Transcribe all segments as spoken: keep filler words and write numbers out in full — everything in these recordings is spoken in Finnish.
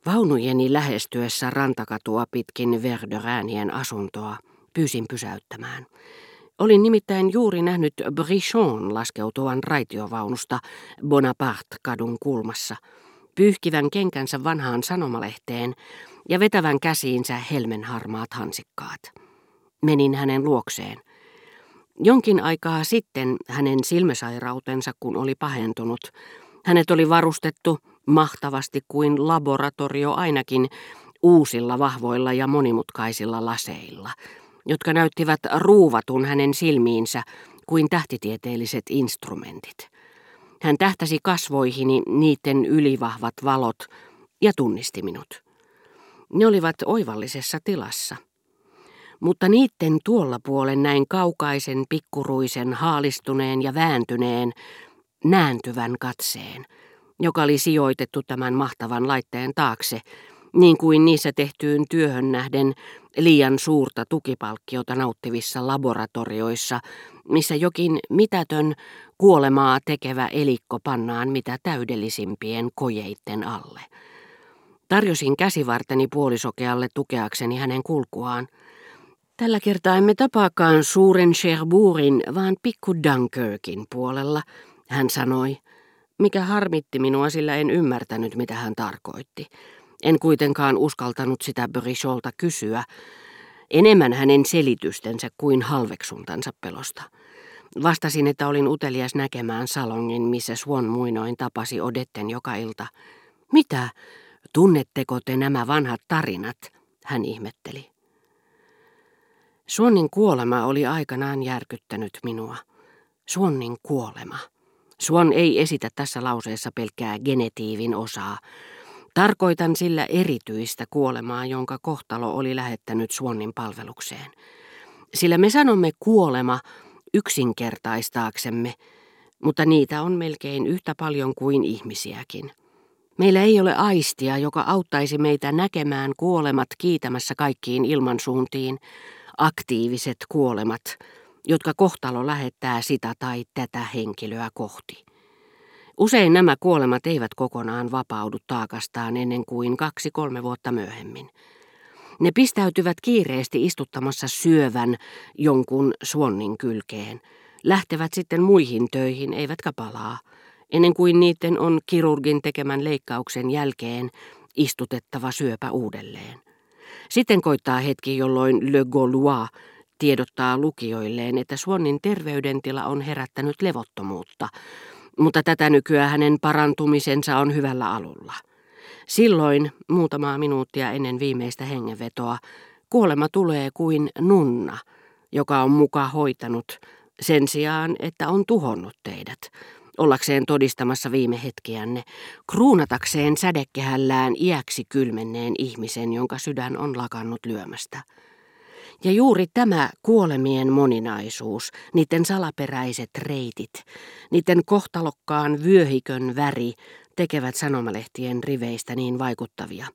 Vaunujeni lähestyessä rantakatua pitkin Verderäänien asuntoa pyysin pysäyttämään. Olin nimittäin juuri nähnyt Brichon laskeutuvan raitiovaunusta Bonaparte-kadun kulmassa, pyyhkivän kenkänsä vanhaan sanomalehteen ja vetävän käsiinsä helmenharmaat hansikkaat. Menin hänen luokseen. Jonkin aikaa sitten hänen silmäsairautensa kun oli pahentunut, hänet oli varustettu mahtavasti kuin laboratorio ainakin uusilla vahvoilla ja monimutkaisilla laseilla, jotka näyttivät ruuvatun hänen silmiinsä kuin tähtitieteelliset instrumentit. Hän tähtäsi kasvoihini niiden ylivahvat valot ja tunnisti minut. Ne olivat oivallisessa tilassa. Mutta niiden tuolla puolen näin kaukaisen, pikkuruisen, haalistuneen ja vääntyneen, nääntyvän katseen, joka oli sijoitettu tämän mahtavan laitteen taakse, niin kuin niissä tehtyyn työhön nähden liian suurta tukipalkkiota nauttivissa laboratorioissa, missä jokin mitätön, kuolemaa tekevä elikko pannaan mitä täydellisimpien kojeitten alle. Tarjosin käsivarteni puolisokealle tukeakseni hänen kulkuaan. Tällä kertaa emme tapaakaan suuren Cherbourgin, vaan pikku Dunkirkin puolella, hän sanoi, mikä harmitti minua, sillä en ymmärtänyt, mitä hän tarkoitti. En kuitenkaan uskaltanut sitä Bricholta kysyä, enemmän hänen selitystensä kuin halveksuntansa pelosta. Vastasin, että olin utelias näkemään salongin, missä Swan muinoin tapasi Odetten joka ilta. Mitä? Tunnetteko te nämä vanhat tarinat? Hän ihmetteli. Swannin kuolema oli aikanaan järkyttänyt minua. Swannin kuolema. Swan ei esitä tässä lauseessa pelkkää genetiivin osaa. Tarkoitan sillä erityistä kuolemaa, jonka kohtalo oli lähettänyt Swannin palvelukseen. Sillä me sanomme kuolema yksinkertaistaaksemme, mutta niitä on melkein yhtä paljon kuin ihmisiäkin. Meillä ei ole aistia, joka auttaisi meitä näkemään kuolemat kiitämässä kaikkiin ilmansuuntiin, aktiiviset kuolemat, jotka kohtalo lähettää sitä tai tätä henkilöä kohti. Usein nämä kuolemat eivät kokonaan vapaudu taakastaan ennen kuin kaksi kolme vuotta myöhemmin. Ne pistäytyvät kiireesti istuttamassa syövän jonkun Swannin kylkeen, lähtevät sitten muihin töihin eivätkä palaa, ennen kuin niiden on kirurgin tekemän leikkauksen jälkeen istutettava syöpä uudelleen. Sitten koittaa hetki, jolloin Le Gaulois tiedottaa lukijoilleen, että Swannin terveydentila on herättänyt levottomuutta, mutta tätä nykyään hänen parantumisensa on hyvällä alulla. Silloin, muutamaa minuuttia ennen viimeistä hengenvetoa, kuolema tulee kuin nunna, joka on muka hoitanut sen sijaan, että on tuhonnut teidät, ollakseen todistamassa viime hetkiänne, kruunatakseen sädekehällään iäksi kylmenneen ihmisen, jonka sydän on lakannut lyömästä. Ja juuri tämä kuolemien moninaisuus, niiden salaperäiset reitit, niiden kohtalokkaan vyöhikön väri tekevät sanomalehtien riveistä niin vaikuttavia.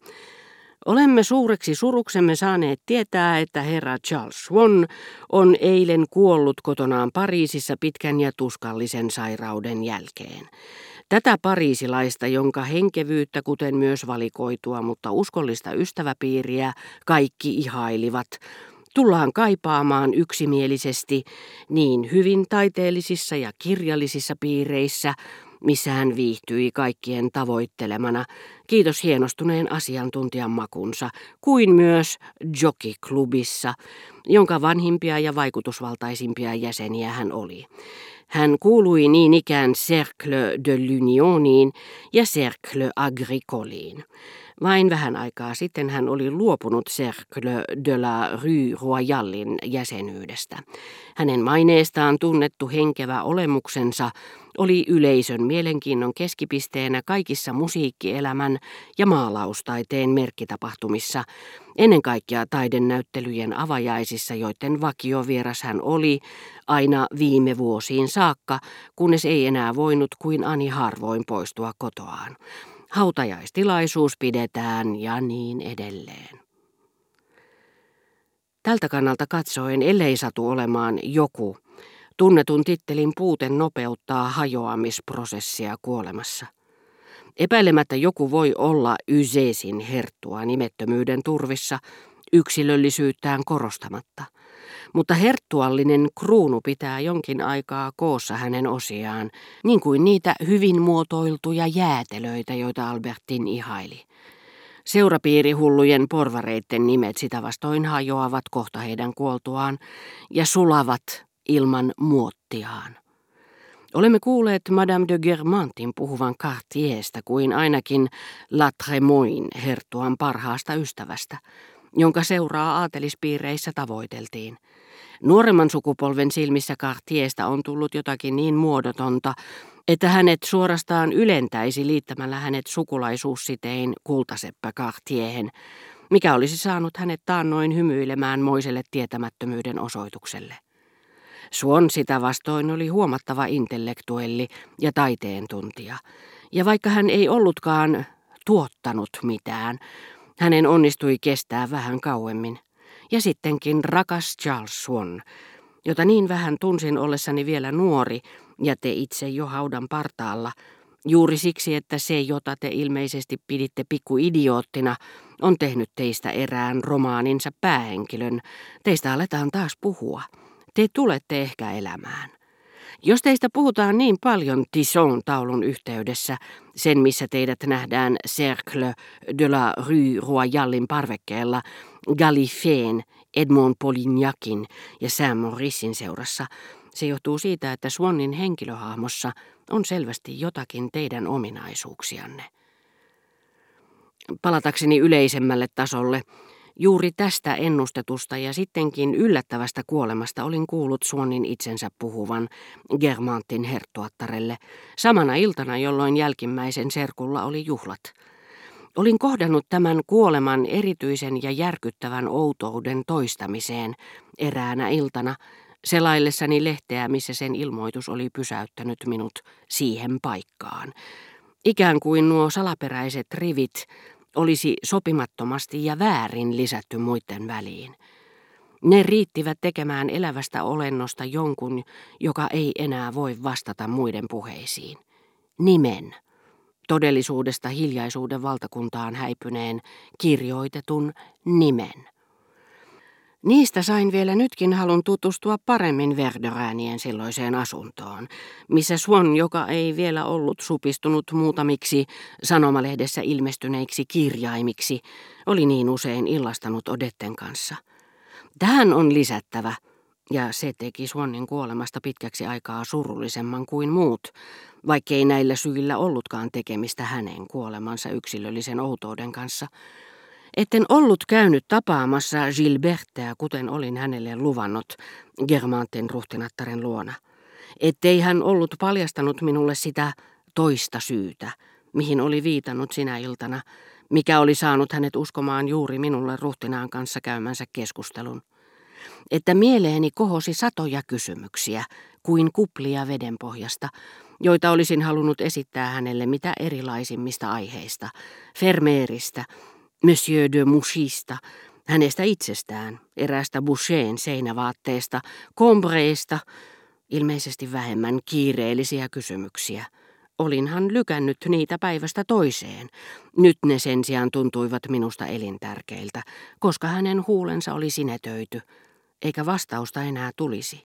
Olemme suureksi suruksemme saaneet tietää, että herra Charles Swan on eilen kuollut kotonaan Pariisissa pitkän ja tuskallisen sairauden jälkeen. Tätä pariisilaista, jonka henkevyyttä, kuten myös valikoitua, mutta uskollista ystäväpiiriä, kaikki ihailivat, tullaan kaipaamaan yksimielisesti niin hyvin taiteellisissa ja kirjallisissa piireissä, missä hän viihtyi kaikkien tavoittelemana, kiitos hienostuneen asiantuntijan makunsa, kuin myös jockeyklubissa, jonka vanhimpia ja vaikutusvaltaisimpia jäseniä hän oli. Hän kuului niin ikään Cercle de l'Unioniin ja Cercle Agricoliin. Vain vähän aikaa sitten hän oli luopunut Cercle de la Rue Royalin jäsenyydestä. Hänen maineestaan tunnettu henkevä olemuksensa oli yleisön mielenkiinnon keskipisteenä kaikissa musiikkielämän ja maalaustaiteen merkkitapahtumissa, ennen kaikkea taidennäyttelyjen avajaisissa, joiden vakiovieras hän oli aina viime vuosiin saakka, kunnes ei enää voinut kuin ani harvoin poistua kotoaan. Hautajaistilaisuus pidetään ja niin edelleen. Tältä kannalta katsoen, ellei satu olemaan joku, tunnetun tittelin puute nopeuttaa hajoamisprosessia kuolemassa. Epäilemättä joku voi olla Uzésin herttua nimettömyyden turvissa, yksilöllisyyttään korostamatta. Mutta herttuallinen kruunu pitää jonkin aikaa koossa hänen osiaan, niin kuin niitä hyvin muotoiltuja jäätelöitä, joita Albertin ihaili. Seurapiirihullujen porvareitten nimet sitä vastoin hajoavat kohta heidän kuoltuaan ja sulavat ilman muottiaan. Olemme kuulleet Madame de Guermantin puhuvan Cartierstä kuin ainakin La Trémoin herttuan parhaasta ystävästä, jonka seuraa aatelispiireissä tavoiteltiin. Nuoremman sukupolven silmissä Cartierstä on tullut jotakin niin muodotonta, että hänet suorastaan ylentäisi liittämällä hänet sukulaisuussitein kultaseppä Cartieren, mikä olisi saanut hänet taannoin hymyilemään moiselle tietämättömyyden osoitukselle. Swan sitä vastoin oli huomattava intellektuelli ja taiteen tuntija, ja vaikka hän ei ollutkaan tuottanut mitään, hänen onnistui kestää vähän kauemmin. Ja sittenkin rakas Charles Swan, jota niin vähän tunsin ollessani vielä nuori ja te itse jo haudan partaalla, juuri siksi, että se, jota te ilmeisesti piditte pikkuidioottina, on tehnyt teistä erään romaaninsa päähenkilön. Teistä aletaan taas puhua. Te tulette ehkä elämään. Jos teistä puhutaan niin paljon Tisson-taulun yhteydessä, sen missä teidät nähdään Cercle de la Rue Royalin parvekkeella, Gallifeen, Edmond Polignacin ja Saint-Mauricein seurassa, se johtuu siitä, että Swannin henkilöhahmossa on selvästi jotakin teidän ominaisuuksianne. Palatakseni yleisemmälle tasolle, juuri tästä ennustetusta ja sittenkin yllättävästä kuolemasta olin kuullut Swannin itsensä puhuvan Guermantin herttuattarelle samana iltana, jolloin jälkimmäisen serkulla oli juhlat. Olin kohdannut tämän kuoleman erityisen ja järkyttävän outouden toistamiseen eräänä iltana selaillessani lehteä, missä sen ilmoitus oli pysäyttänyt minut siihen paikkaan. Ikään kuin nuo salaperäiset rivit olisi sopimattomasti ja väärin lisätty muiden väliin. Ne riittivät tekemään elävästä olennosta jonkun, joka ei enää voi vastata muiden puheisiin. Nimen, todellisuudesta hiljaisuuden valtakuntaan häipyneen, kirjoitetun nimen. Niistä sain vielä nytkin halun tutustua paremmin Verderäänien silloiseen asuntoon, missä Swan, joka ei vielä ollut supistunut muutamiksi sanomalehdessä ilmestyneiksi kirjaimiksi, oli niin usein illastanut Odetten kanssa. Tähän on lisättävä, ja se teki Swannin kuolemasta pitkäksi aikaa surullisemman kuin muut, vaikkei näillä syillä ollutkaan tekemistä hänen kuolemansa yksilöllisen outouden kanssa, etten ollut käynyt tapaamassa Gilbertteä, kuten olin hänelle luvannut Guermantin ruhtinattaren luona. Ettei hän ollut paljastanut minulle sitä toista syytä, mihin oli viitannut sinä iltana, mikä oli saanut hänet uskomaan juuri minulle ruhtinaan kanssa käymänsä keskustelun. Että mieleeni kohosi satoja kysymyksiä kuin kuplia vedenpohjasta, joita olisin halunnut esittää hänelle mitä erilaisimmista aiheista, Vermeeristä, Monsieur de Mouchysta, hänestä itsestään, eräästä Bouchén seinävaatteesta, Combreista, ilmeisesti vähemmän kiireellisiä kysymyksiä. Olinhan lykännyt niitä päivästä toiseen. Nyt ne sen sijaan tuntuivat minusta elintärkeiltä, koska hänen huulensa oli sinetöity, eikä vastausta enää tulisi.